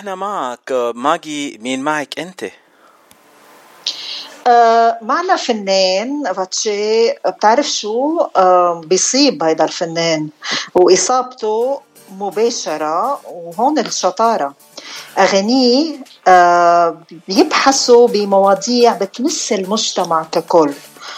احنا معك ماجي. مين معك انت؟ معنا فنان فاتشي. بتعرف شو بيصيب هيدا الفنان وإصابته مباشرة، وهون الشطارة. أغانيه بيبحثوا بمواضيع بتمس المجتمع ككل.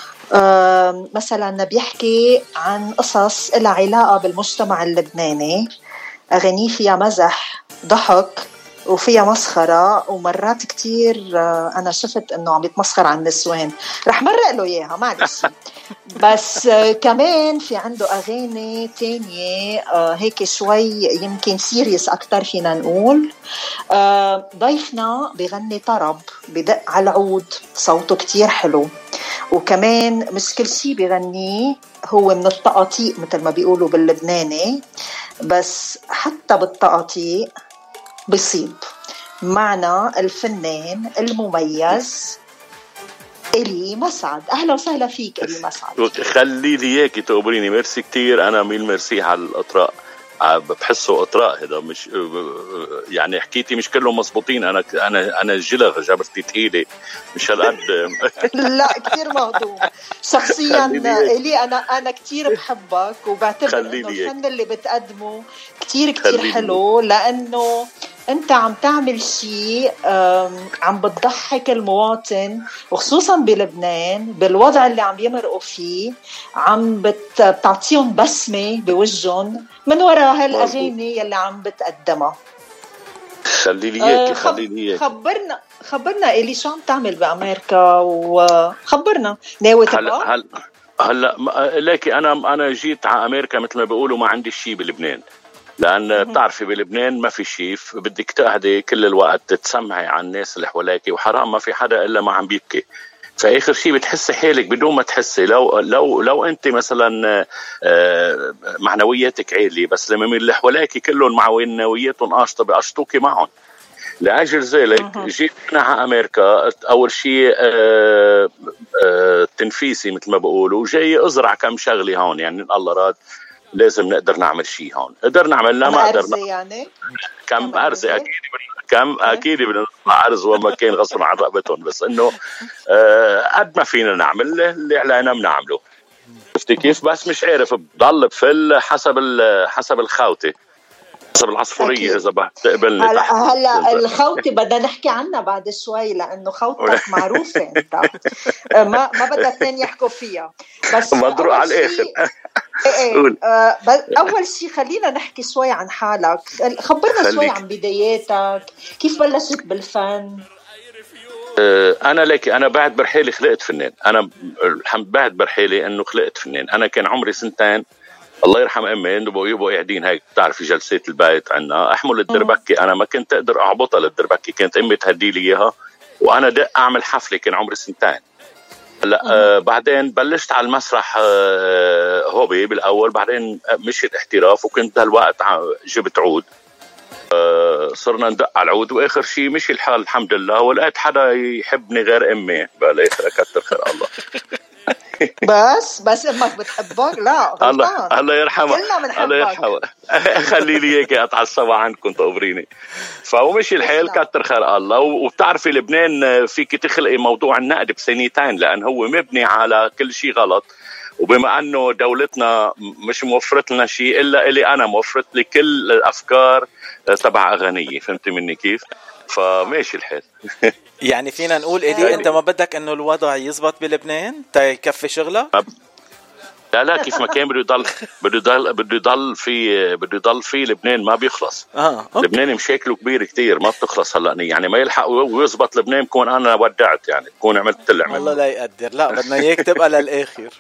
مثلا بيحكي عن قصص لها علاقة بالمجتمع اللبناني. أغانيه فيها مزح، ضحك، وفيها مسخرة، ومرات كتير أنا شفت أنه عم يتمسخر عن النسوان. رح مرق له إياها معلش. بس كمان في عنده أغاني تانية هيك شوي يمكن سيريس أكتر فينا نقول. ضيفنا بغني طرب، بدق على العود، صوته كتير حلو. وكمان مش كل شي بغنيه هو من التقاطيق مثل ما بيقولوا باللبناني، بس حتى بالتقاطيق بيصيب. معنا الفنان المميز إلي مسعد. أهلا وسهلا فيك إلي مسعد. خلي لي اياكي تقبريني. ميرسي كتير. انا ميل ميرسي على الاطراء. بحسه اطراء هذا، مش يعني حكيتي مش كلهم مزبوطين. انا الجلغ جبرتي تقيله مش هالقد. لا كتير مهضوم شخصيا إلي. انا كتير بحبك وبعتبر انه الفن اللي بتقدمه كتير حلو، لانه انت عم تعمل شيء عم بتضحك المواطن، وخصوصا بلبنان بالوضع اللي عم يمرقوا فيه. عم بتعطيهم بسمة بوجهن من وراء هالاغاني اللي عم بتقدمها. خلي لي اياكي. خبرنا إلي شو عم تعمل بأمريكا، وخبرنا ناوي تبقى هلا لكن انا جيت على امريكا مثل ما بيقولوا ما عندي شيء بلبنان، لان بتعرفي بلبنان ما في شيء، بدك تقعدي كل الوقت تسمعي عن الناس اللي حواليك، وحرام ما في حدا الا ما عم بيبكي. فاخر شيء بتحسي حالك بدون ما تحسي. لو انت مثلا معنوياتك عاليه، بس لما من اللي حواليك كلهم معنوياتهم قاشطه بقشطوكي معهم. لأجل ذلك جيت أنا على أمريكا. أول شيء تنفيسي مثل ما بقولوا، جاي أزرع كم شغلي هون. يعني الله راد لازم نقدر نعمل شيء هون. قدرنا عملنا، ما قدرنا يعني كم أرزة أكيد بدنا نطلع أرز وما كان غصب عن رقبتهم. بس إنه قد ما فينا نعمل اللي علينا بنعمله. شفتي كيف؟ بس مش عارف بضل بفل حسب الخوتة، حسب العصفورية إذا بتقبلني. هلا الخوتة بدنا نحكي عنها بعد شوي، لأنه خوتك معروفة أنت. ما بدنا اثنين يحكوا فيها. بس مضروق على الآخر. أول شيء خلينا نحكي شوي عن حالك. خبرنا شوي عن بداياتك، كيف بلشت بالفن؟ أنا بعد برحالي خلقت فنان. أنا بعد برحالي إنه خلقت فنان. أنا كان عمري 2 الله يرحم امي يبقوا قاعدين هيك بتعرفي جلسات البيت عنا، احمل الدربكه. انا ما كنت اقدر اعبطها للدربكه، كانت امي تهدي لي اياها وانا دق اعمل حفله. كان عمري 2. هلا بعدين بلشت على المسرح هوبي بالاول، بعدين مشيت احتراف، وكنت هالوقت جبت عود. صرنا ندق على العود، واخر شيء مشي الحال الحمد لله، ولقيت حدا يحبني غير امي بالاخر. كتر خير الله. بس امك بتحبك؟ لا غلطان. الله يرحمها. الله يرحمها. خلي لي اياك اتعصب عنكم تقبريني. فمشي الحال كتر خير الله. وبتعرفي لبنان فيك تخلقي موضوع النقد ب2 لان هو مبني على كل شيء غلط. وبما انه دولتنا مش موفرت لنا شيء الا اللي انا موفرت لي كل الافكار تبع اغنيه. فهمتي مني كيف؟ فماشي الحال. يعني فينا نقول إلي أنت ما بدك إنه الوضع يزبط بلبنان تيكفي شغلك؟ لا كيف ما كان بده يضل في لبنان ما بيخلص. لبنان مشاكله كبير كتير ما بتخلص. هلا يعني ما يلحق ويزبط لبنان بكون انا ودعت، يعني بكون عملت اللي عملته. الله لا يقدر. لا بدنا اياك تبقى للاخر.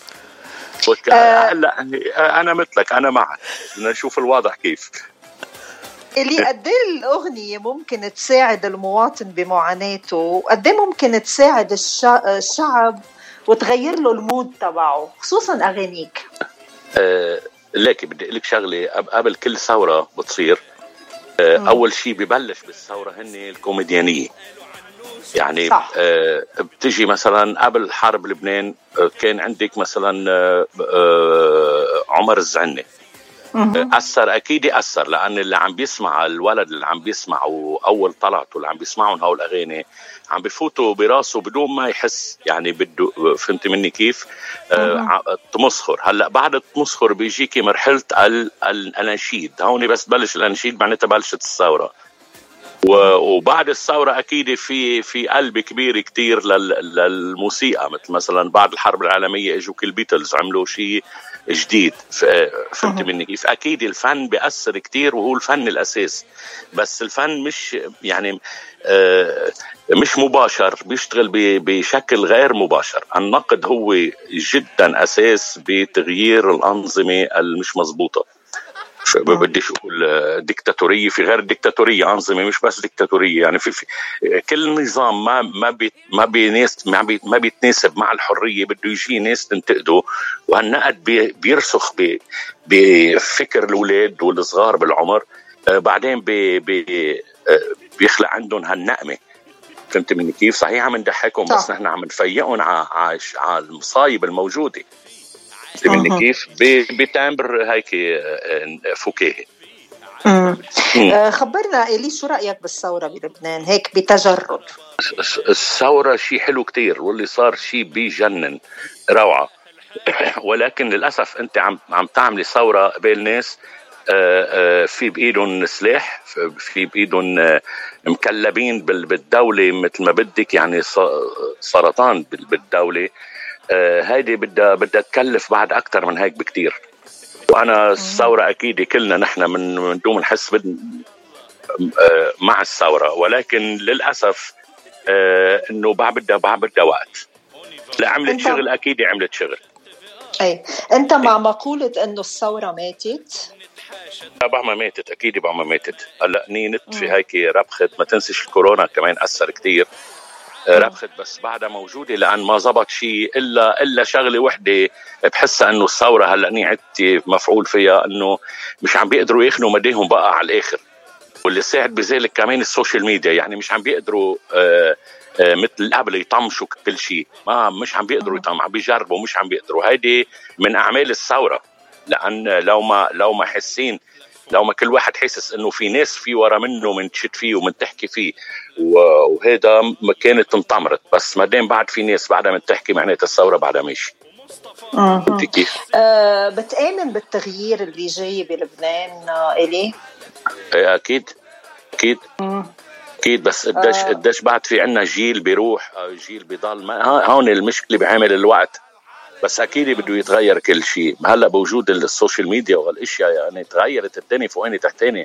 لا انا مثلك، انا معك. بدنا نشوف الوضع كيف. اللي قد ايه الأغنية ممكن تساعد المواطن بمعاناته، وقد ايه ممكن تساعد الشعب وتغير له المود تبعه، خصوصا أغانيك. لكن بدي أقول لك شغلة. قبل كل ثورة بتصير أول شيء ببلش بالثورة هن الكوميديانية. يعني بتجي مثلا قبل حرب لبنان كان عندك مثلا عمر الزعني. أثر أكيد أثر، لأن اللي عم بيسمع الولد اللي عم بيسمعوا أول طلعته اللي عم بيسمعون هول الأغاني عم بفوتوا براسه بدون ما يحس، يعني بده، فهمت مني كيف؟ تمسخر. هلا بعد التمسخر بيجيكي مرحلة الأناشيد، هون بس بلش الأناشيد معناتها بلشت الثورة. وبعد الثورة أكيد في قلب كبير كتير للموسيقى، مثل مثلا بعد الحرب العالمية اجوك البيتلز عملوا شيء جديد، فهمت مني كيف؟ أكيد الفن بيأثر كتير وهو الفن الأساس، بس الفن مش يعني مش مباشر، بيشتغل بشكل غير مباشر. النقد هو جدا أساس بتغيير الأنظمة المش مظبوطة. بديش اقول ديكتاتوريه، في غير ديكتاتوريه، انظمه مش بس ديكتاتوريه، يعني في كل نظام ما بيتناسب مع الحريه بده يجي ناس تنتقده، وهالنقد بيرسخ بفكر الاولاد والصغار بالعمر، بعدين بيخلق عندهم هالنقمه. فهمت مني كيف؟ صحيح عم نضحكهم بس نحن عم نفيقهم على المصايب الموجوده. مني كيف؟ بتامبر هيك فكاهي. خبرنا إلي شو رأيك بالثورة بلبنان هيك بتجرد؟ الثورة شيء حلو كتير، واللي صار شيء بيجنن، روعة. ولكن للأسف أنت عم تعملي ثورة بين ناس في بإيدهم سلاح، في بإيدهم مكلبين بالدولة مثل ما بدك، يعني سرطان بالدولة. هيدي بدها تكلف بعد أكتر من هيك بكتير. وأنا الثورة أكيد كلنا نحن من دون نحس مع الثورة، ولكن للأسف إنه بدها وقت. لا عملت شغل، أكيد عملت شغل. أي أنت مع مقولة إنه الثورة ماتت؟ بعد ما ماتت، أكيد بعد ما ماتت. هلا نينت في هيك ربخت، ما تنسيش الكورونا كمان أثر كتير، ربخت بس بعدها موجودة، لأن ما زبط شيء إلا شغلة وحدة بحسها إنه الثورة هلأ نعدت مفعول فيها، إنه مش عم بيقدروا يخنوا مديهم بقى على الآخر. واللي ساعد بذلك كمان السوشيال ميديا، يعني مش عم بيقدروا مثل قبل يطمشوا كل شيء، مش عم بيقدروا يطمشوا، عم بيجربوا مش عم بيقدروا. هيدي من أعمال الثورة، لأن لو ما حسين، لو ما كل واحد حاسس انه في ناس في ورا منه من تشد فيه ومن تحكي فيه، وهذا ما كانت انطمرت. بس ما دام بعد في ناس بعدها من تحكي، معناتها الثوره بعدها ماشي. كيف؟ بتآمن بالتغيير اللي جاي بلبنان إلي؟ اكيد اكيد اكيد، بس قديش بعد في عنا جيل بيروح، جيل بيضل. هون المشكله بعمل الوقت، بس أكيد بده يتغير كل شيء. هلا بوجود السوشيال ميديا والأشياء، يعني تغيرت الدنيا فوقاني تحتاني.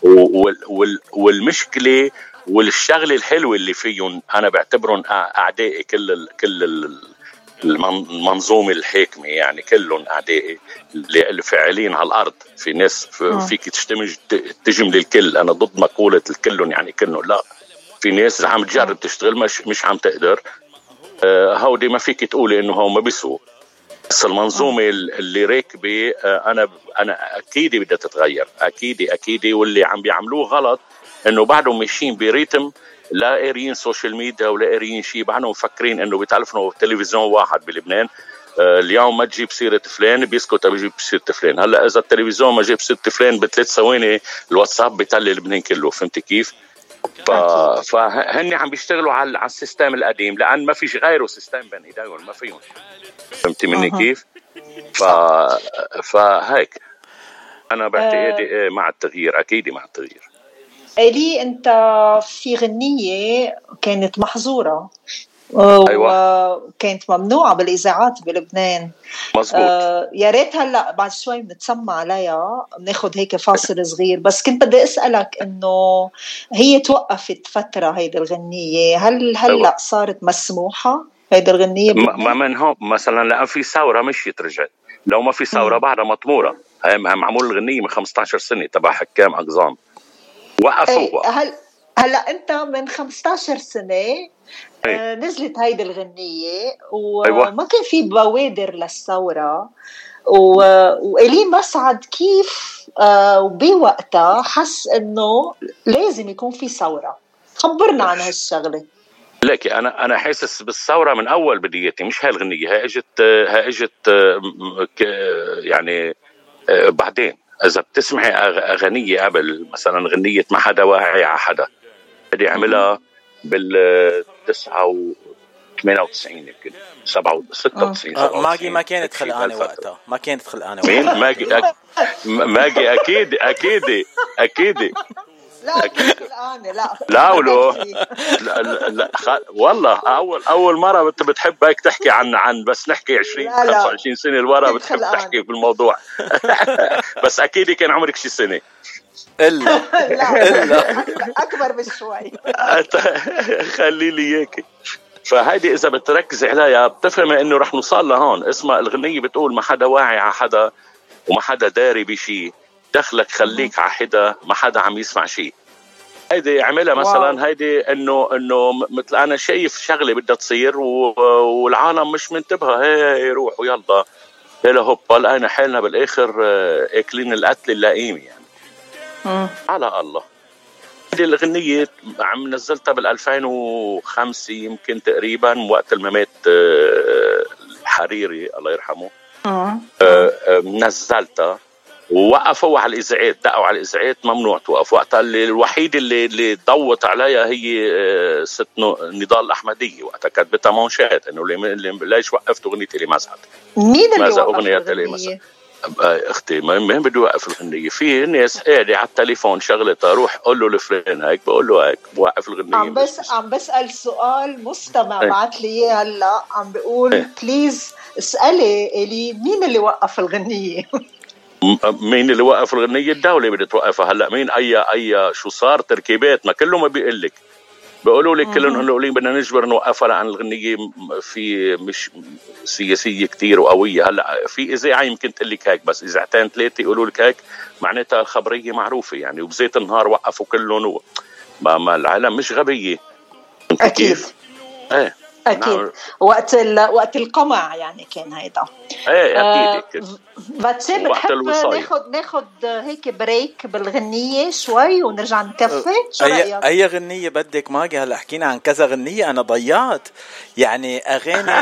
والمشكلة والشغلة الحلوة اللي فيهم أنا بعتبرهم أعدائي، كل المنظومة الحاكمة، يعني كلهم أعدائي اللي فاعلين على الأرض. في ناس فيك تجمل الكل، أنا ضد مقولة الكلهم يعني كلهم، لا، في ناس عم تجرب تشتغل مش عم تقدر. هودي ما فيك تقولي إنه هو ما بيسوق. بس المنظومة اللي راكبة أنا أكيد بدها تتغير، أكيد. واللي عم بيعملوه غلط إنه بعدهم ماشيين بريتم، لا قاريين سوشيال ميديا ولا قاريين شيء، بعدهم مفكرين إنه بتلفنوا تلفزيون واحد بلبنان. اليوم ما تجيب سيرة فلان بيسكت بيجيب سيرة فلان. هلا إذا التلفزيون ما جيب سيرة فلان ب3 ثواني الواتساب بيطلع لبنان كله. فهمت كيف؟ فهن عم بيشتغلوا على السيستم القديم، لأن ما فيش غيره سيستم بين إيديهم، ما فيهم. فهمت مني كيف؟ فهيك أنا بعتقد مع التغيير، أكيد مع التغيير. إلي أنت في غنية كانت محظورة وكانت ممنوعة بالإذاعات بلبنان. مزبوط. يا ريت هلأ بعد شوي بنتسمع عليها، بناخد هيك فاصل صغير، بس كنت بدي أسألك إنه هي توقفت فترة هيدا الغنية، هل هلأ صارت مسموحة هيدا الغنية بلبنان؟ ما منهم مثلا، لأن في ثورة مش يترجع، لو ما في ثورة بعدها مطمورة. هي معمول الغنية من 15 سنة تبع حكام أقزام وقفوها. هلأ أنت من 15 سنة نزلت هيدي الغنية وما كان في بوادر للثورة، وإلي مسعد كيف وبوقتها حس إنه لازم يكون في ثورة. خبرنا عن هالشغلة. لكن أنا حاسس بالثورة من أول بدايتي، مش هالغنية، هي إجت يعني بعدين. إذا بتسمعي أغنية قبل، مثلا غنية ما حدا واعي على حدا، بدي أعملها بال 98 يمكن 96 ماجي ما كانت خلقانة وقتها، ما كانت خلقانة مين ماجي أكيد لا الآن لا ولو لا والله أول مرة بتحبك تحكي عن بس نحكي 20-25 سنة لورا بتحب تحكي في الموضوع. بس أكيد كان عمرك شي سنة إلا أكبر بشوي. خلي لي إياكي. فهيدي إذا بتركزي عليها بتفهمي إنه رح نوصل لهون. اسمها الغنية بتقول ما حدا واعي على حدا وما حدا داري بشي، دخلك خليك على حدا ما حدا عم يسمع شي. هيدي اعملها مثلا. هيدي انه مثل انا شايف شغله بدها تصير والعالم مش منتبهه، هي روح ويلا هلا هوبا لقينا حالنا بالاخر اكلين القتل اللئيم يعني. على الله. هيدي الغنيه عم نزلتها بال2005 يمكن تقريبا، وقت الممات الحريري الله يرحمه. نزلتها ووقفوا على الإذاعات، دقوا على الإذاعات ممنوع توقف. وقتها الوحيد اللي ضوت عليها هي ست نضال الأحمدية، وقتها كتبتها منشات إنه ليش وقفت أغنية اللي مزحت. مين اللي وقف الأغنية؟ اختي ما بدي اوقف الغنيه. في ناس قاعده على التليفون شغلتها، روح قول له لفلان هيك، بقول له هيك بوقف الغنيه. عم بسال سؤال مستمع بعت لي اياه هلا، عم بقول بليز اسالي الي مين اللي وقف الغنيه. مين اللي وقف الغنيه؟ الدوله بدها توقفها. هلا مين اي شو صار تركيبات ما كله ما بيقول لك، بيقولوا لك كلهم هنقولين بدنا نجبر نوقفها لان الغنيه في مش سياسيه كتير وقويه. هلا في اذاعه يمكن تقول لك هيك، بس اذاعتين ثلاثه يقولوا لك هيك معناتها الخبريه معروفه يعني، وبزيت النهار وقفوا كلهم. ما العالم مش غبيه. اكيد ايه اكيد. وقت القمع يعني كان هيدا. ايه اكيد. بس بتحب ناخد هيك بريك بالغنيه شوي ونرجع نكفي؟ شو رايك؟ اي غنيه بدك ماجي؟ هلا حكينا عن كذا غنيه، انا ضيعت يعني اغاني.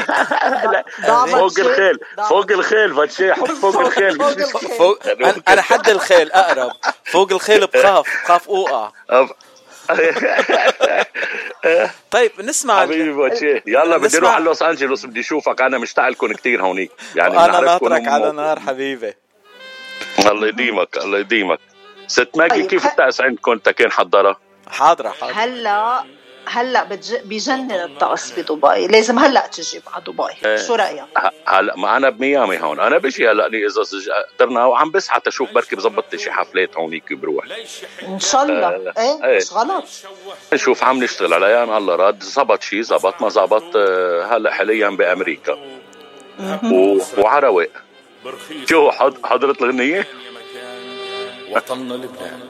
فوق الخيل باتشي، حط فوق الخيل. انا حد الخيل اقرب. فوق الخيل بخاف اوقع. طيب نسمع حبيبي باتشي، يلا بدي اروح على لوس انجلوس، بدي اشوفك، انا مشتاق لكم كثير هونيك يعني. انا ناطرك على نار حبيبي. الله يديمك الله يديمك. ست ماجي كيف الطقس عندكم؟ كان حضرها حاضره. هلا بيجنن الطقس بدبي، لازم هلا تجي على دبي. شو رايك؟ هلا ما انا بميامي هون، انا بجي هلا اذا قدرنا، وعم بسعى تشوف بركي بظبط شي حفلات هونيك بروح ان شاء الله. مش غلط. نشوف عم نشتغل عليها ان الله راد. زبط شي زبط، ما زبط هلا حاليا بامريكا وعرواق. شو حضرت الغنيه وطننا لبنان.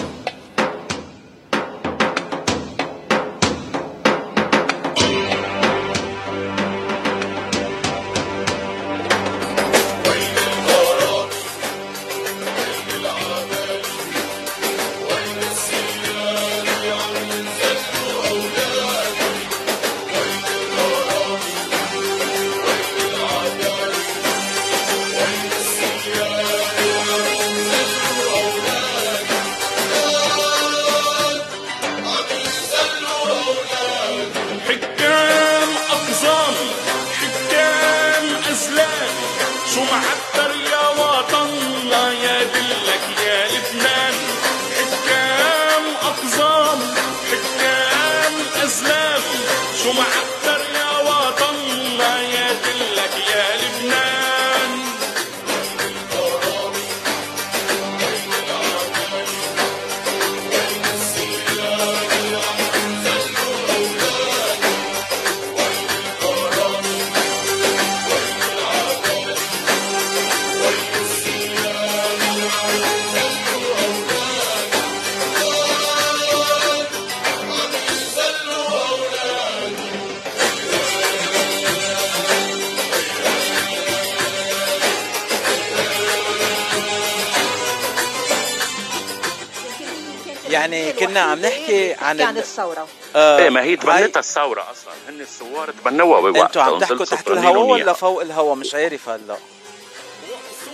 يعني كنا عم نحكي عن الثورة. ايه ما هي تبنتها الثورة اصلا، هن الثوار تبنوها بوقتها. انتوا عم تحكوا تحت الهواء ولا فوق الهواء؟ مش عارف هلا.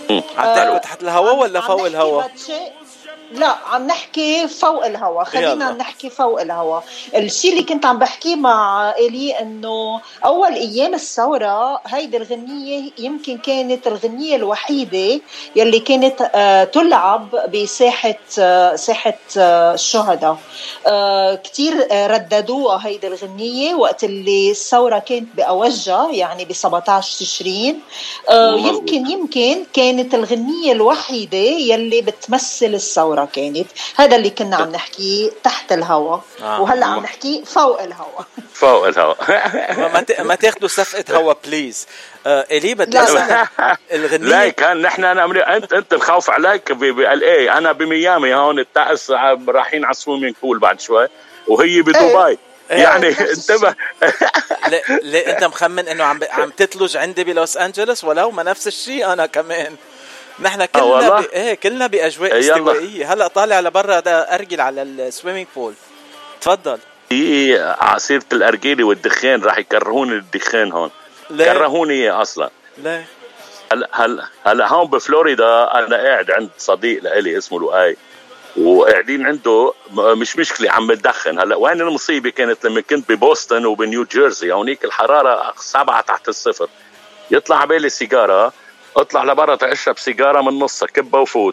عم تحكوا تحت الهواء ولا فوق الهواء؟ لا، عم نحكي فوق الهواء. خلينا نحكي فوق الهواء. الشيء اللي كنت عم بحكيه مع إلي انه اول ايام الثوره هيدي الغنيه يمكن كانت الغنيه الوحيده يلي كانت تلعب بساحه الشهداء. كتير رددوها هيدي الغنيه وقت اللي الثوره كانت باوجها، يعني ب 17 تشرين. يمكن كانت الغنيه الوحيده يلي بتمثل الثوره. كانت هذا اللي كنا عم نحكيه تحت الهواء. وهلا عم نحكي فوق الهواء. فوق الهواء. ما تاخذوا صفقه هواء بليز. إلي بدي اسالك الغنيه. لا كان نحن انت الخوف عليك بالإيه. انا بميامي هون التعس رايحين على السويمينج بول بعد شوي وهي بدبي. يعني انتبه. ليه انت مخمن انه عم تتلج عندي بلوس انجلوس؟ ولو ما نفس الشيء انا كمان. نحن كلنا كلنا باجواء استوائيه. هلا طالع لبرا ارجل على السويمينج بول. تفضل. عصيرة الارجيلي والدخان راح يكرهوني الدخان هون. كرهوني اصلا. ليه؟ هلا هون بفلوريدا انا قاعد عند صديق لإلي اسمه لؤي وقاعدين عنده. مش مشكله عم ندخن. هلا وين المصيبه كانت لما كنت ببوسطن وبنيو جيرسي. هونيك الحراره 7 تحت الصفر. يطلع عبالي سيجاره، اطلع لبرا تشرب سيجاره من نصها كبه وفوت.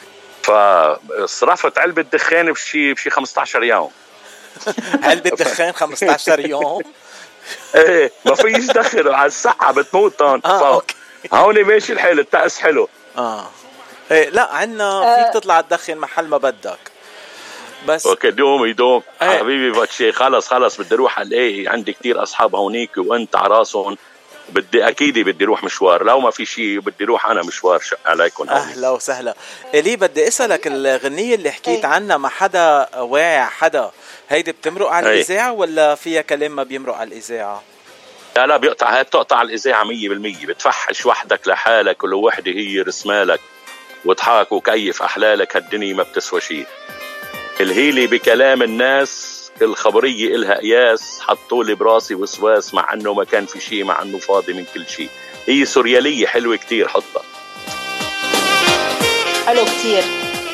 فصرفت علبه دخان بشي 15 يوم. علبه دخان 15 يوم؟ ايه ما فيش دخن على الصحه بتموت هون. هون ماشي الحال التأس حلو. ايه لا عنا فيك تطلع تدخن محل ما بدك بس. اوكي دوم حبيبي باتشي. خلص بدي اروح على عندي كتير اصحاب هونيك وانت على راسهم. بدي اروح مشوار. لو ما في شيء بدي اروح انا مشوار. شق عليكم. اهلا وسهلا. إلي بدي اسالك الغنيه اللي حكيت عنها ما حدا واعي حدا، هيدي بتمرق على الاذاعه ولا فيها كلام ما بيمرق على الاذاعه؟ لا بيقطع. هي بتقطع على الاذاعه 100%. بتفحش وحدك لحالك كل وحده هي رسمالك وضحك وكيف احلالك. هالدنيا ما بتسوى شيء. الهيلي بكلام الناس الخبريه إلها قياس. حطولي براسي وسواس مع انه ما كان في شيء، مع انه فاضي من كل شيء. هي سورياليه حلوه كتير. حطها حلو كتير.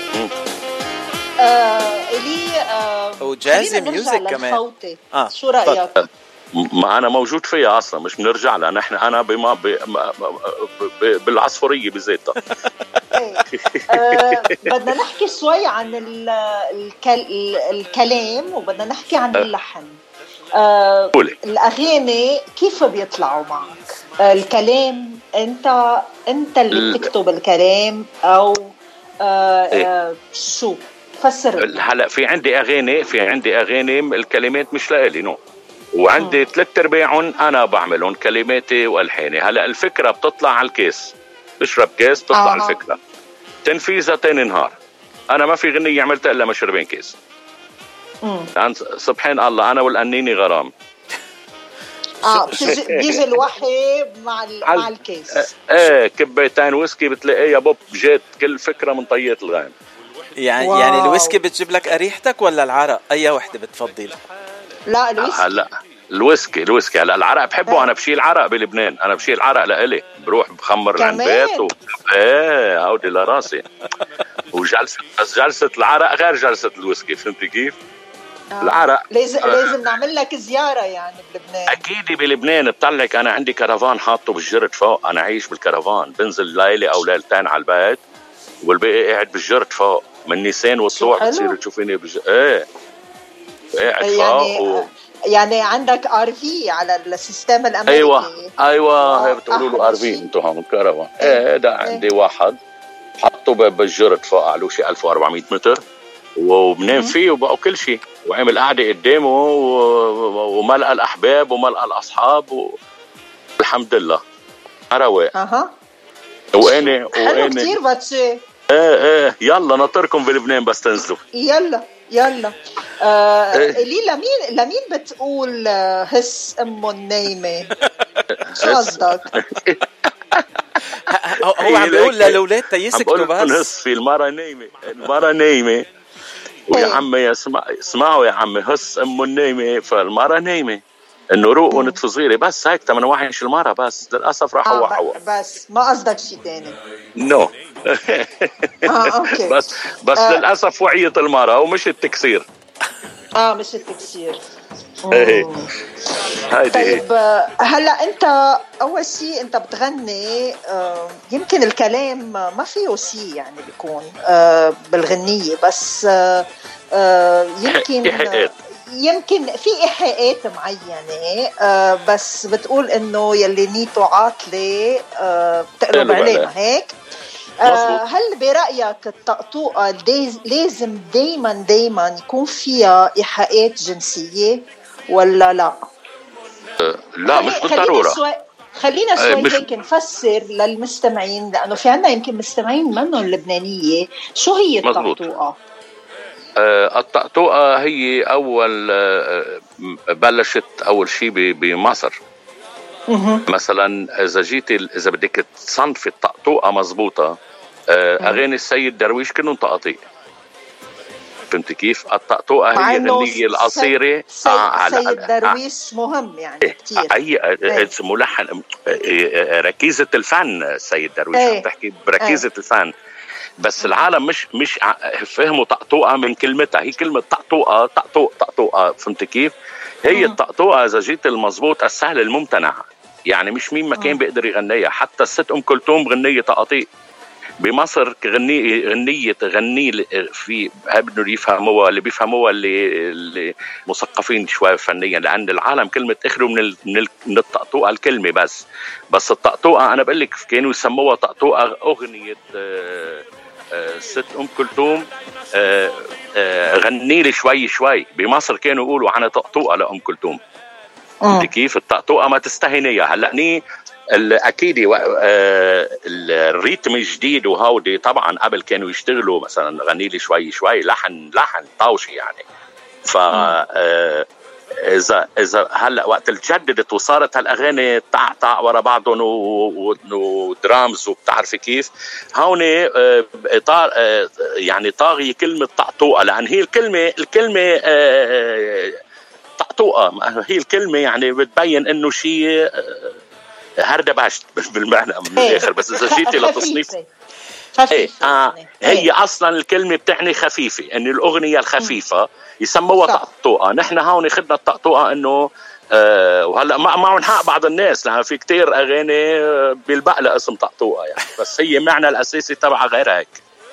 إلي وجازي ميوزك كمان. شو رأيك؟ ما أنا موجود فيها أصلا. مش بنرجع لها نحن. أنا بالعصفورية بزيتها. بدنا نحكي شوي عن الكلام وبدنا نحكي عن اللحن. الأغاني كيف بيطلعوا معك؟ الكلام أنت اللي بتكتب الكلام أو شو؟ فسر. هلا في عندي أغاني الكلمات مش لإلي وعندي 3/4 أنا بعملهم كلماتي وألحاني. هلا الفكرة بتطلع على الكيس. بشرب كيس بتطلع الفكرة. تنفيذها تاني نهار. أنا ما في غنية عملتها إلا مشربين كيس. سبحان الله. أنا والقنيني غرام. بيجي الوحي مع الكيس. كبيتين ويسكي بتلاقيها بوب جات كل فكرة من طيات الغام. يعني الويسكي بتجيب لك أريحتك ولا العرق؟ أي وحدة بتفضل؟ لا الويسكي. هلا الويسكي. هلا العرق بحبه. أنا بشيل عرق بلبنان. أنا بشيل عرق لإلي. بروح بخمر العنبات هودي لراسي. جلسة العرق غير جلسة الويسكي. فهمت كيف؟ العرق لازم نعمل لك زيارة يعني بلبنان. أكيد بلبنان. بطلعك أنا عندي كرفان حاطه بالجرد فوق. أنا عايش بالكرفان. بنزل ليلة أو ليلتين على البيت والباقي قاعد بالجرد فوق. من نيسان والصوع بتصير تشوفيني قاعد فوق يعني عندك RV على السيستم الأمريكي. أيوة هي بتقولوا له RV انتو هم كرفان. ده عندي واحد حطه بالجرد فوق على شيء 1400 متر وبنام فيه وبقوا كل شيء. وعمل قاعدة قدامه وملقى الأحباب وملقى الأصحاب والحمد لله رواق. حلو كتير باتشي. يلا نطركم بلبنان بس تنزلوا. يلا لمين بتقول هس أمه النايمة؟ شو قصدك؟ هو عم بيقول للأولاد تيسكتوا بس. هس في المرة نايمة ويا عمي اسمعوا يا عمي هس أمه النايمة فالمرة نايمة. انه روقوا نتفو صغيرة بس هيك تمن وحش المرة بس. للأسف راح وحوا بس ما قصدك شي تاني. نو. اوكي. بس للاسف وعية المرأة ومش التكسير. مش التكسير. طيب هلا انت اول شيء انت بتغني، يمكن الكلام ما فيه شيء يعني بيكون بالغنية، بس يمكن في إيحاءات معينة، بس بتقول انه يلي نيته عاطلة بتقلب عليه، هيك؟ هل برأيك الطقطوقة لازم دايما يكون فيها إيحاءات جنسية ولا لا؟ لا مش بالضرورة. خلينا شوي هيك نفسر للمستمعين، لأنه في عنا يمكن مستمعين منهم لبنانية. شو هي الطقطوقة؟ الطقطوقة هي بلشت أول شيء بمصر. مثلا إذا بدك تصنفي الطقطوقة مزبوطة، أغاني السيد درويش كلهم طقاطيق. فهمت كيف؟ الطقطوقة هي الغنية القصيرة. سيد درويش مهم يعني كتير. أي ملحن، ركيزة الفن. السيد درويش عم تحكي بركيزة الفن، بس العالم مش فهموا طقطوقة من كلمتها. هي كلمة طقطوقة، طقطوقة. فهمت كيف؟ هي الطقطوقة إذا جيت المزبوط السهل الممتنع، يعني مش مين ما كان بيقدر يغنيها. حتى الست أم كلثوم غنية طقاطيق بمصر. غنية في بدهم يفهموها، اللي بيفهموها اللي مثقفين شوي فنيا، لأن العالم كلمة اخروا من الطقطوقة الكلمة بس الطقطوقة أنا بقول لك كانوا يسموها طقطوقة. أغنية ست أم كلثوم غني لي شوي بمصر كانوا يقولوا عنها طقطوقة لأم كلثوم. كيف الطقطوقة ما تستهينيها. هلأ اكيد الريتم الجديد وهودي طبعا قبل كانوا يشتغلوا مثلا غني لي شوي لحن طاوشي يعني. ف اذا هلا وقت الجددت وصارت هالاغاني طع ورا بعضهم ودرامز وبتعرفي كيف، هون يعني طاغي كلمه طقطوقه، لان هي الكلمه طقطوقه هي الكلمه يعني بتبين انه شيء هردباشت بالمعنى من الاخر. بس اذا جيتي لتصنيف هي اصلا الكلمه بتعني خفيفه، ان الاغنيه الخفيفه يسموها طقطوقه. نحن هون خدنا الطقطوقه انه وهلا معهم حق بعض الناس، لان في كتير اغاني بيلبق لها اسم طقطوقه يعني، بس هي معنى الاساسي تبعها غير هيك.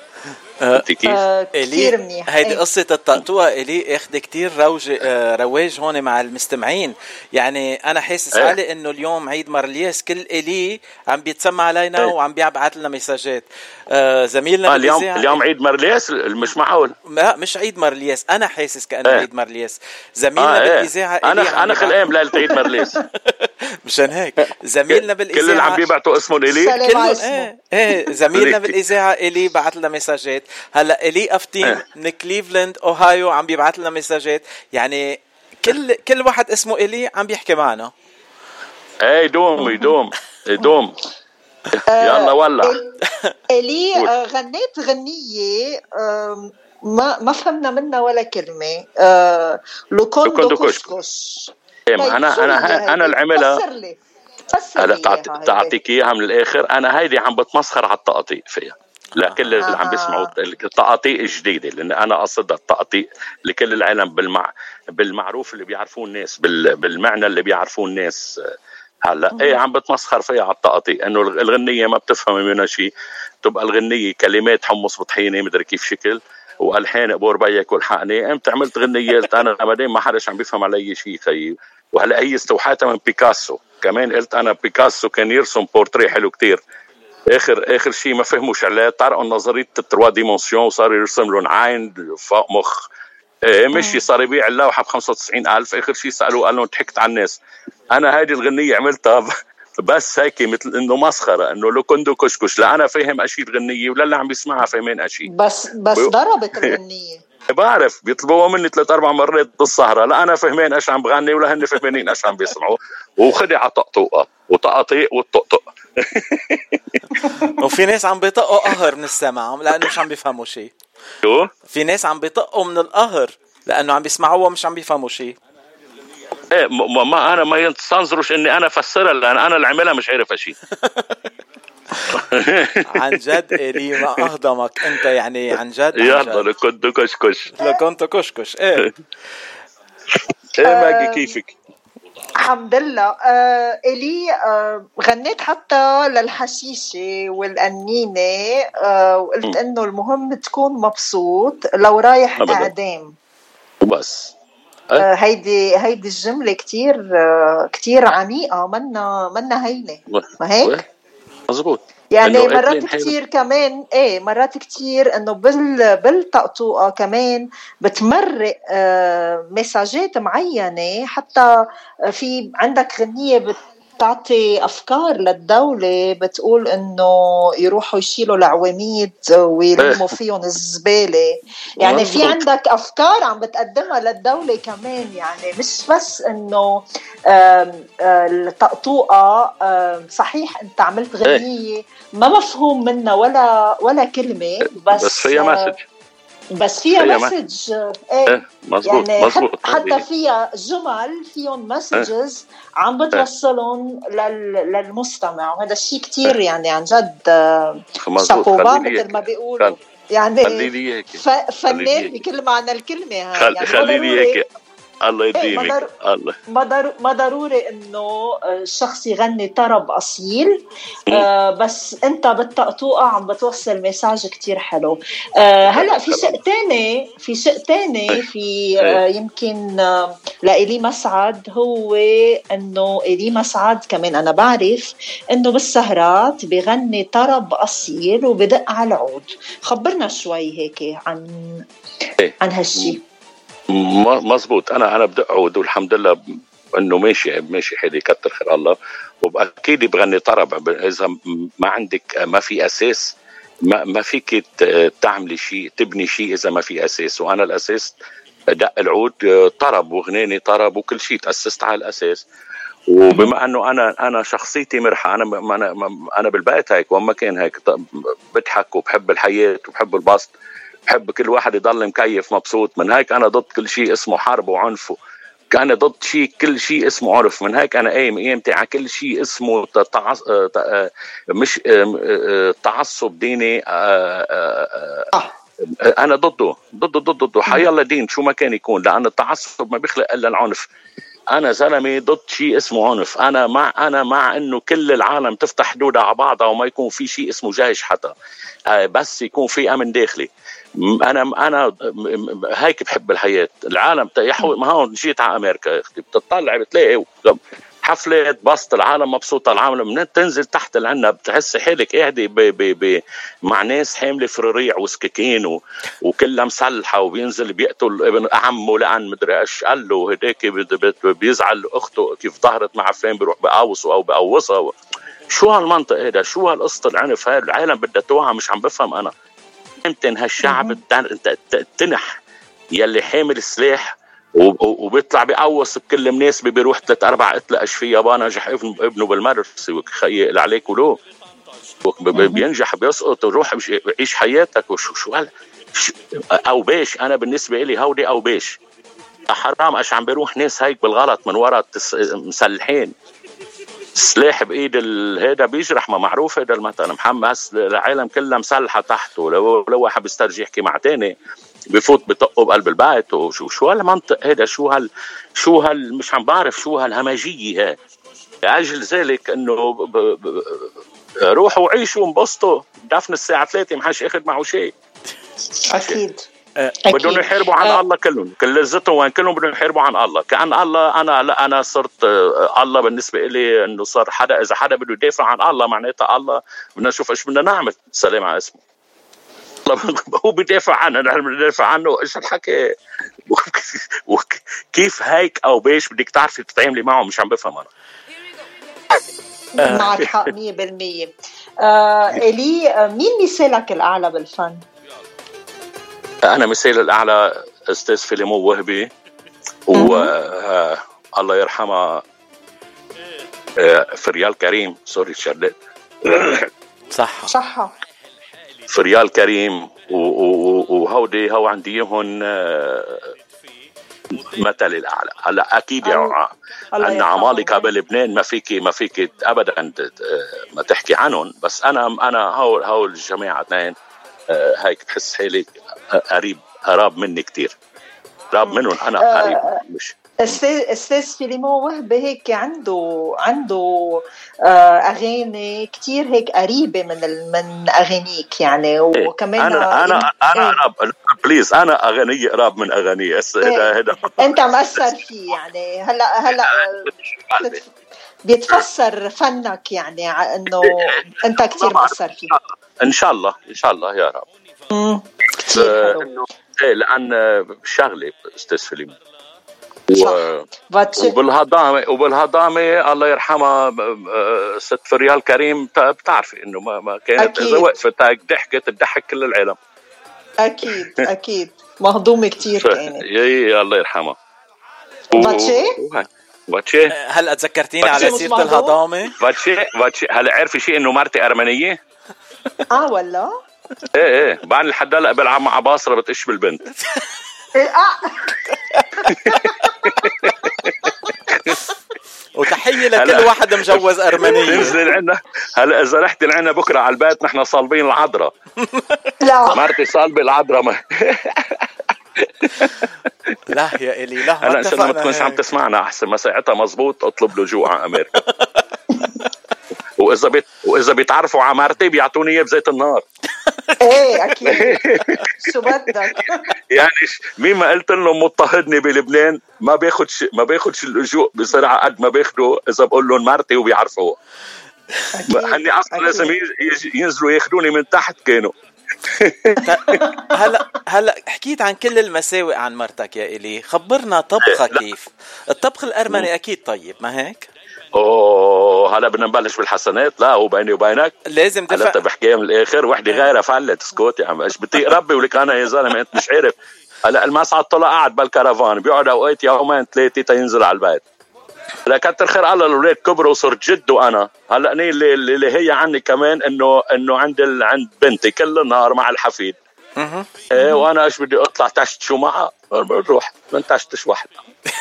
كثير منيح. هيدي قصة الطقطوقة إلي اخد كتير رواج هون مع المستمعين. يعني أنا حاسس حالي إنه اليوم عيد مارلياس، كل إلي عم بيتسمع علينا وعم بيبعث لنا مساجات. زميلنا اليوم عيد مارلياس، مش معقول. لا مش عيد مارلياس، أنا حاسس كأنه عيد مارلياس. زميلنا بالإذاعة أنا خلقان بليلة عيد مارليس. مشان هيك زميلنا بالإذاعة كل اللي عم بيبعتوا اسمه إلي كلهم زميلنا بالإذاعة إلي بعث لنا مساجات. هلا إلي أفتيم من كليفلاند أوهايو عم بيبعث لنا مساجات. يعني كل واحد اسمه إلي عم بيحكي معنا. يدوم يلا ولا إلي غنيت غنية ما فهمنا منها ولا كلمة. لوكوندو كوسكوس. أنا العملة هلا تعطيك إياها من الآخر. أنا هيدي عم بتمسخر على التقطيع فيها لكل اللي عم بيسمعوا التقاطيع الجديدة، لأن أنا أقصد التقاطيع لكل العالم بالمعروف اللي بيعرفوه الناس، بالمعنى اللي بيعرفوه الناس. هلا عم بتمسخر فيها على التقاطيع، إنه الغنية ما بتفهمي منها شيء. تبقى الغنية كلمات حمص بطحينة مدري كيف شكل، والحين ابور بيك والحقني. امتى عملت غنية قلت انا بعدين ما حدش عم بيفهم علي شيء خيي. وهلا هي استوحاتها من بيكاسو كمان. قلت انا بيكاسو كان يرسم بورتري حلو كتير. اخر شيء ما فهموش عليه، طرقوا نظريه التروا ديمونسيون وصار يرسم لهم عين فوق مخ. مشي صار يبيع اللوحه ب95,000. اخر شيء سالوه قال لهم ضحكت على الناس. انا هذه الغنيه عملتها بس هيك مثل انه مسخره، انه لو كندو كشكش. لا انا فاهم اشي الغنيه ولا اللي عم بيسمعها فاهمين اشي. بس ضربت الغنيه. بعرف بيطلبوها مني 3-4 مرات بالسهره. لا انا فاهمين ايش عم بغني ولا هن فاهمين ايش عم بيسمعوا. وخدي على طقطوقه وطقطيق والطقطق. وفي ناس عم بيطقوا قهر من السمع لانه مش عم بيفهموا شيء. شو؟ في ناس عم بيطقوا من القهر لانه عم بيسمعوها ومش عم بيفهموا شيء. ما انا ما ينتظروش اني انا افسرها، لان انا اللي عملها مش عارف شيء. عن جد إلي ما أهضمك أنت يعني عن جد. يلا لكنت كشكش لكنت كشكش. إيه ماجي كيفك؟ الحمد لله. إلي غنيت حتى للحشيشة والقنينة، وقلت إنه المهم تكون مبسوط لو رايح إعدام وبس. هيدي الجملة كتير عميقة، منا هينة، ما هيك؟ مزبوط. يعني مرات كتير كمان مرات كتير انه بالطقطوقة كمان بتمرق مساجات معينة. حتى في عندك غنية بتعطي أفكار للدولة، بتقول إنه يروحوا يشيلوا العواميد ويرموا فيهم الزبالة. يعني في عندك أفكار عم بتقدمها للدولة كمان، يعني مش بس إنه الطقطوقة. صحيح أنت عملت غنية ما مفهوم منها ولا كلمة، بس فيها مسج. بس فيها مسج. مزبوط يعني مزبوط. حتى فيها جمل فيهم مسجز عم بتوصلهم للمستمع، وهذا الشيء كتير يعني عن جد شابوبا مثل ما بيقولوا. يعني فنان بكل معنى الكلمة. يعني خليلي هيك. الله يديمك. ما ضروري انه الشخص يغني طرب اصيل، بس انت بالطقطوقه عم بتوصل مساج كتير حلو. هلا في شيء تاني في يمكن لإلي مسعد، هو انه إلي مسعد كمان انا بعرف انه بالسهرات بيغني طرب اصيل وبدق على العود. خبرنا شوي هيك عن هالشي. مزبوط. انا بدي اعود والحمد لله انه ماشي حالي، كتر خير الله. واكيد بغني طرب اذا ما عندك، ما في اساس، ما فيك تعملي شيء، تبني شيء اذا ما في اساس. وانا الاساس دق العود طرب وغناني طرب وكل شيء تاسست على الاساس. وبما انه انا شخصيتي مرحه، انا بالبيت هيك وما كان هيك، بضحك وبحب الحياه وبحب البسط، بحب كل واحد يضل مكيف مبسوط. من هيك أنا ضد كل شيء اسمه حرب وعنف، كان ضد كل شيء اسمه عرف. من هيك أنا قيمتي على كل شيء اسمه مش تعصب ديني. أنا ضده حيالله دين شو ما كان يكون، لأن التعصب ما بيخلق إلا العنف. أنا زلمي ضد شيء اسمه عنف. أنا مع إنه كل العالم تفتح حدودها على بعضها وما يكون في شيء اسمه جيش حتى، بس يكون في أمن داخلي. أنا هيك بحب الحياة. العالم ما هون جيت على أمريكا بتطلع بتلاقي حفلة بسط، العالم مبسوطة، العالم من تنزل تحت العنب بتحس حالك قاعدة مع ناس حاملة فريريع وسكاكين وكلها مسلحة، وبينزل بيقتل ابن عمه لأن مدري ايش قال له هداك، بيزعل أخته كيف ظهرت مع فين بيروح بقاوصه أو بقوصها. شو هالمنطق هذا؟ شو هالقصة العنف هاي؟ العالم بدها توعى، مش عم بفهم أنا. يمكن هالشعب تنح يلي حامل السلاح وبيطلع بيقوص بكل الناس، بيروح 3-4 قتلة في يابان نجح ابنه بالمدرسة وخيل عليك ولو بينجح بيسقط وروح عيش حياتك. وشو او بيش. انا بالنسبة لي هودي او بيش حرام. ايش عم بيروح ناس هيك بالغلط من وراء مسلحين سلاح بايد هيدا بيجرح. ما معروف هيدا المثل محمد، العالم كلها مسلحة تحته، لو واحد بيسترجي يحكي مع تاني بفوت بطقه بقلب البيت. وشو هالمنطق هيدا؟ شو هال مش عم بعرف شو هالهمجية هاي. لأجل ذلك انه روحوا وعيشوا انبسطوا. دفن الساعة 3 محاش اخد معه شيء. اكيد بدهم يحاربوا عن الله كلهم، كل لذتهم وين كلهم بدهم يحاربوا عن الله. كأن الله أنا صرت الله بالنسبة إلي إنه صار حدا، إذا حدا بده يدافع عن الله معناتها الله بدنا نشوف إيش بدنا نعمل. سلام على اسمه. هو بيدافع عنه، نحن بندافع عنه. إيش الحكي؟ كيف هيك أو بيش بدك تعرفي تتعاملي معه؟ مش عم بفهم أنا. معك حق 100%. إلي، مين مثالك الأعلى بالفن؟ أنا مثال الأعلى أستاذ فيليمون وهبي، الله يرحمه فريال كريم. سوري شردت صح فريال كريم وهودي هو عنديهم مثلي الاعلى. هلا اكيد عندنا عمالقه بلبنان ما فيك ابدا ما تحكي عنهم، بس انا هول الجماعه اثنين هيك بحس حالي قراب مني كتير، قراب منهم انا قريب. مش استاذ فيليمون وهبي هيك عنده اغاني كتير هيك قريبه من اغانيك يعني، وكمان انا بليز انا اغاني قراب من اغاني هذا انت مأثر فيه يعني. هلا بيتفسر فنك يعني انه انت كتير مأثر فيه. ان شاء الله يا رب. كتير حلو. لان شغله استاذ فيليمون وبالهضامة الله يرحمها ست فريال كريم، بتعرفي انه ما كانت اذا وقفت ضحكت تضحك كل العالم. اكيد مهضومة كتير كانت. الله يرحمها. باتشي هلا تذكرتيني على سيرة الهضامة. باتشي هلا عرفي شيء انه مرتي ارمنية؟ ولا ايه بعد لحد هلا بلعب مع باصرة بتقش بالبنت. وتحية لكل واحد مجوز أرمنية. ننزل عنا هلا إذا رحت لعنا بكرة على البيت نحن صالبين العذراء. لا مرتي صالبة العذراء. لا يا إلي لا هلا إن شاء الله ما تكونش عم تسمعنا، أحسن ما ساعتها مزبوط أطلب لجوء على أمريكا. وإذا بيتعرفوا على مرتي بيعطوني إياه بزيت النار. ايه اكيد. شو بدك يعني مين ما قلت لهم مضطهدني بلبنان ما بياخدش اللجوء بسرعه قد ما باخده اذا بقول لهم مرتي وبيعرفوا. هني اصلا لازم ينزلوا ياخدوني من تحت كانوا. هلا حكيت عن كل المساوئ عن مرتك يا إلي، خبرنا طبخة كيف. الطبخ الأرمني أكيد طيب ما هيك؟ هلا بدنا نبلش بالحسنات. لا هو بيني وبينك لازم هلا انت بحكيها من الاخر. وحده غيرها فلت اسكت يا عم، ايش بطيق ربي ولك انا يا زلمه انت مش عارف. هلا المسعد طلع قاعد بالكرفان بيقعد اوقات يومين ثلاثه تينزل على البيت. هلا كتر خير الله الاولاد كبروا وصرت جد. وانا هلا اللي هي عني كمان انه عند بنتي كل النهار مع الحفيد. وانا ايش بدي اطلع تشت شو معها بنروح بنتشتش وحده.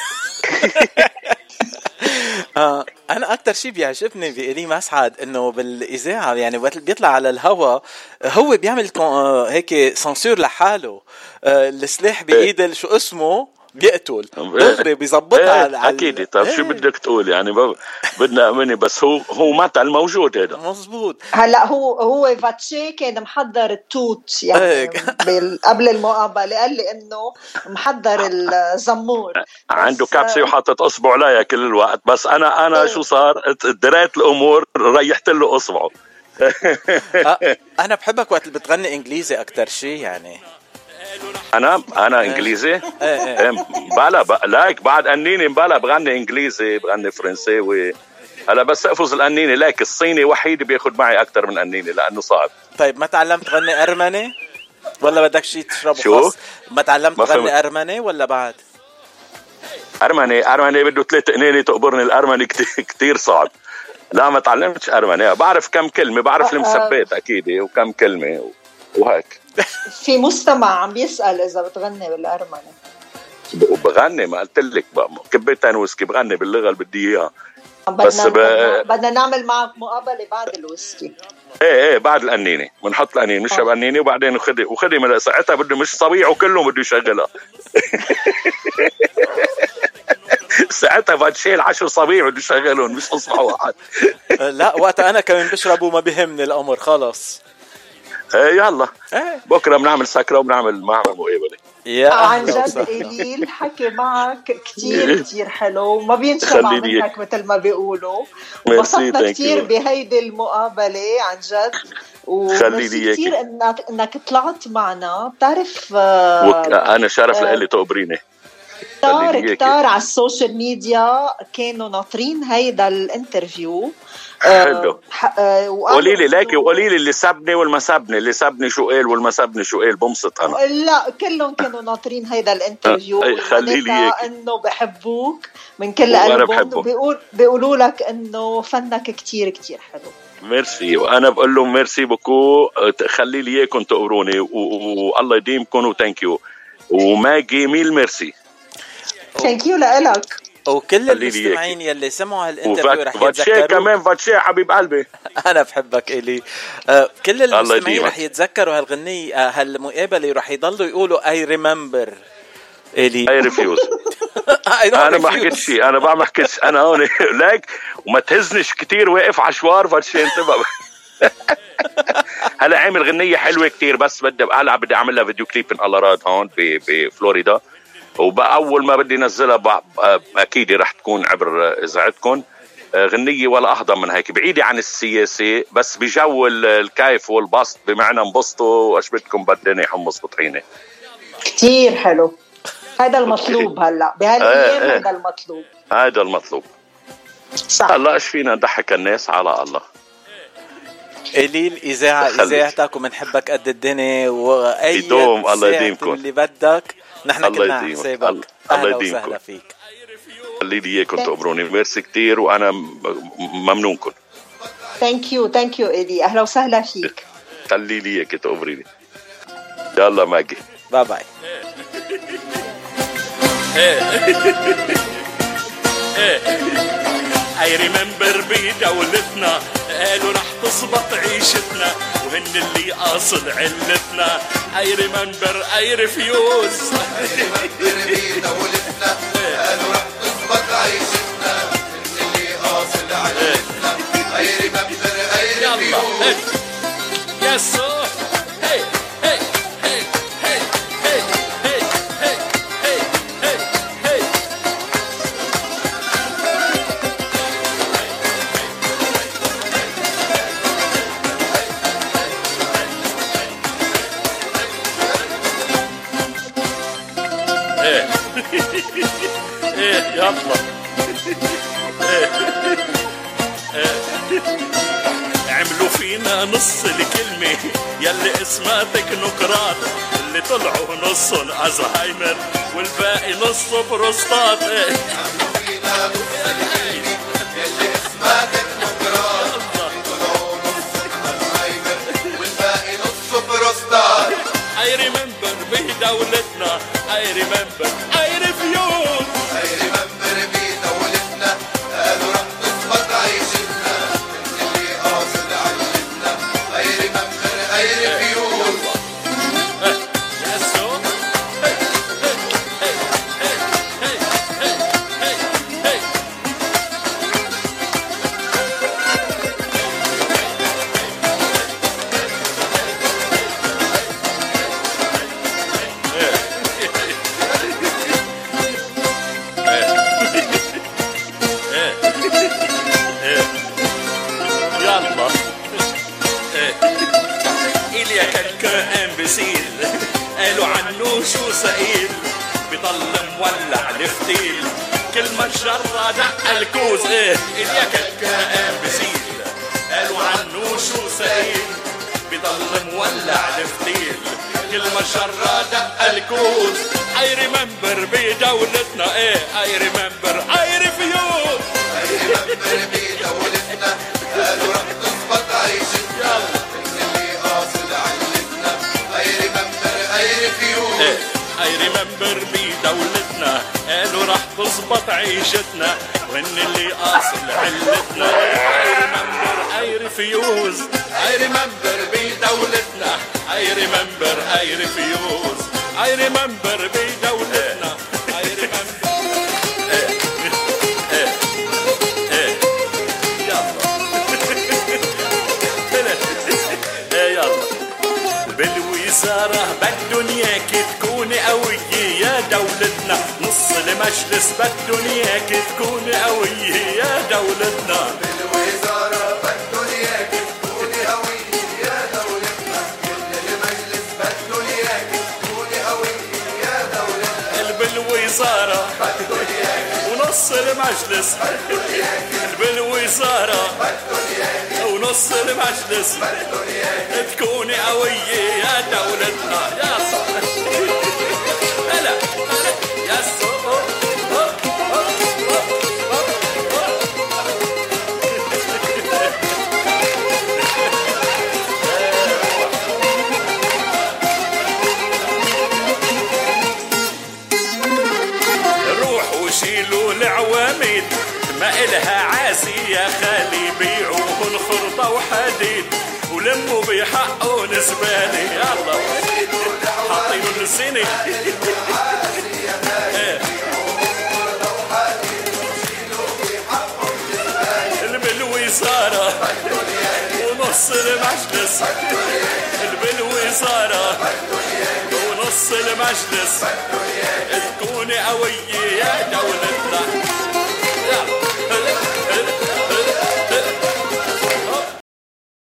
أنا أكتر شيء بيعجبني بإلي مسعد إنه بالإذاعة يعني وقت بيطلع على الهوا هو بيعمل هيك سنسور لحاله. السلاح بإيد شو اسمه بيقتل دغري بيزبطها. أكيد. طيب شو بدك تقول يعني بدنا أمني بس هو مثل موجود هذا مزبوط. هلا هو فاتشي كان محضر التوت يعني قبل المقابلة قال لي إنه محضر الزمور عنده كبسة وحاطط أصبع عليها كل الوقت. بس أنا شو صار دريت الأمور ريحت له أصبعه. أنا بحبك وقت اللي بتغني إنجليزي أكتر شيء يعني. انا انجليزي بلا لايك بعد انيني بلا بغني انجليزي بغني فرنسي هلا بس احفظ الانيني. لايك الصيني وحيد بياخد معي اكتر من انيني لانه صعب. طيب ما تعلمت تغني ارمني ولا بدك شيء تشربه خاص؟ ما تعلمت تغني ارمني ولا بعد؟ ارمني بده 3 انيني تقبرني. الارمني كتير صعب. لا ما تعلمتش ارمني. بعرف كم كلمه، بعرف المسبات اكيد وكم كلمه وهيك. في مستمع عم بيسأل إذا بتغني بالأرمني. بغني ما قلت لك كبيتين ويسكي بغني باللغة اللي بدي إياها. بس بدنا نعمل معك مقابلة بعد الويسكي. ايه بعد القنينة بنحط القنينة نشرب قنينة وبعدين وخدي من ساعتها بده مش صبيع وكلهم بده يشغلها. ساعتها بتشيل 10 صبيع بده يشغلهم مش اصبع واحد. لا وقت انا كمان بشرب وما بهمني الامر خلاص. يلا بكره بنعمل سكره وبنعمل مقابله. عن جد إلي الحكي معك كتير حلو ما بينشبع منك مثل ما بيقولوا. انبسطنا كتير بهيدي المقابله عن جد. وميرسي كتير انك طلعت معنا. بتعرف انا شرف لإلي تقبريني. كتار على السوشيال ميديا كانوا ناطرين هيدا الانترفيو. حلو. قولي لي لاكي وقولي لي اللي سبني والما سبني. اللي سبني شو قال والما سبني شو قال بمسط انا. لا كلهم كانوا ناطرين هيدا الانترفيو. خلي لي انه بحبوك من كل قلبهم. بيقولوا لك انه فنك كتير حلو. ميرسي. وانا بقول لهم ميرسي بكو. خلي لي اياكم تقروني والله يديمكم وثانك يو وماجي ميل ميرسي. ثانك يو لك وكل المستمعين يلي سمعوا هالانترفيو رح يتذكروا كمان فاتشي حبيب قلبي. انا بحبك إلي. كل المستمعين رح يتذكروا هالغنية هالمقابلة رح يضلوا يقولوا I remember إلي. I refuse. انا ما حكيت شيء، انا بعمل حكيت انا هون لك وما تهزنش كتير واقف على شوار فاتشي انتبه. هلا عامل غنية حلوة كتير بس هلا بدي اعمل لها فيديو كليب ان الاراد هون بفلوريدا، وبأول ما بدي نزلها أكيد رح تكون عبر إذاعتكم. غنية ولا أهضم من هيك، بعيدة عن السياسة بس بجو الكيف والبسط، بمعنى انبسطوا وأش بدكم بدني حمص بطحينة. كتير حلو، هذا المطلوب هلا بهالأيام. هذا المطلوب، هذا المطلوب صح. هلا إيش فينا نضحك الناس على الله. إلي الإذاعة إذاعتك ومنحبك قد الدنيا، وأي يدوم الله يديمكم اللي بدك نحن كنا على حسابك. أهلا وسهلا فيك. خلي لي إياكم تقبروني، ميرسي كتير وأنا ممنونكم. ثانك يو إيدي، أهلا وسهلا فيك. خلي لي إياك تقبريني. يلا ماجي باي باي. I remember بدولتنا قالوا رح تزبط عيشتنا وهن اللي قاصد علتنا. I remember I refuse. I remember بدولتنا قالوا رح تزبط عيشتنا وهن اللي قاصد علتنا. I remember I refuse. Yes sir. Hey hey hey hey hey hey hey hey hey hey. يلا عملوا فينا نص الكلمة يلي اسمها تكنوقراط، اللي طلعوا نصهم أزهايمر والباقي نصه بروستات. عملوا فينا نص الكلمة يلي اسمها تكنوقراط، اللي طلعوا نصهم أزهايمر والباقي نصه بروستات. I remember بدولتنا I remember I refuse. I remember بدولتنا قالوا رح تزبط عيشتنا اللي قاصد علتنا. I remember I refuse. Yes sir. Hey hey hey hey hey hey hey hey. قالوا عنه شو سئيل بضل مولع الفتيل، كل ما الجرة دق الكوز. إليا كالكائن بسيل قالوا عنه شو سئيل بضل مولع الفتيل، كل ما الجرة دق الكوز. I remember بدولتنا I remember I refuse. I remember بدولتنا قالوا رح تزبط عيشتنا اللي قاصد علتنا. I remember I refuse. I remember بدولتنا قالوا رح تزبط عيشتنا وهن اللي قاصد علتنا. I remember I refuse. I remember بدولتنا I remember I refuse. I remember بدولتنا I remember. بالوزارة بدن اياك تكوني قوية يا دولتنا، نص المجلس بدن اياك تكوني قوية يا دولتنا. بالوزارة بدن اياك تكوني قوية يا دولتنا، كل المجلس بدن اياك تكوني قوية يا دولتنا. بالوزارة بدن اياك ونص المجلس بدن اياك. بالوزارة بدن اياك ونص المجلس بدن اياك تكوني قوية يا دولتنا. يا هلا يا روح جديد ما إلها عازي يا خالي بيعوهن خرطة وحديد ولموا بحقهم زبالة يلا حاطينه السنة بالوزارة ونص المجلس بالوزارة ونص المجلس تكوني قوية يا دولتنا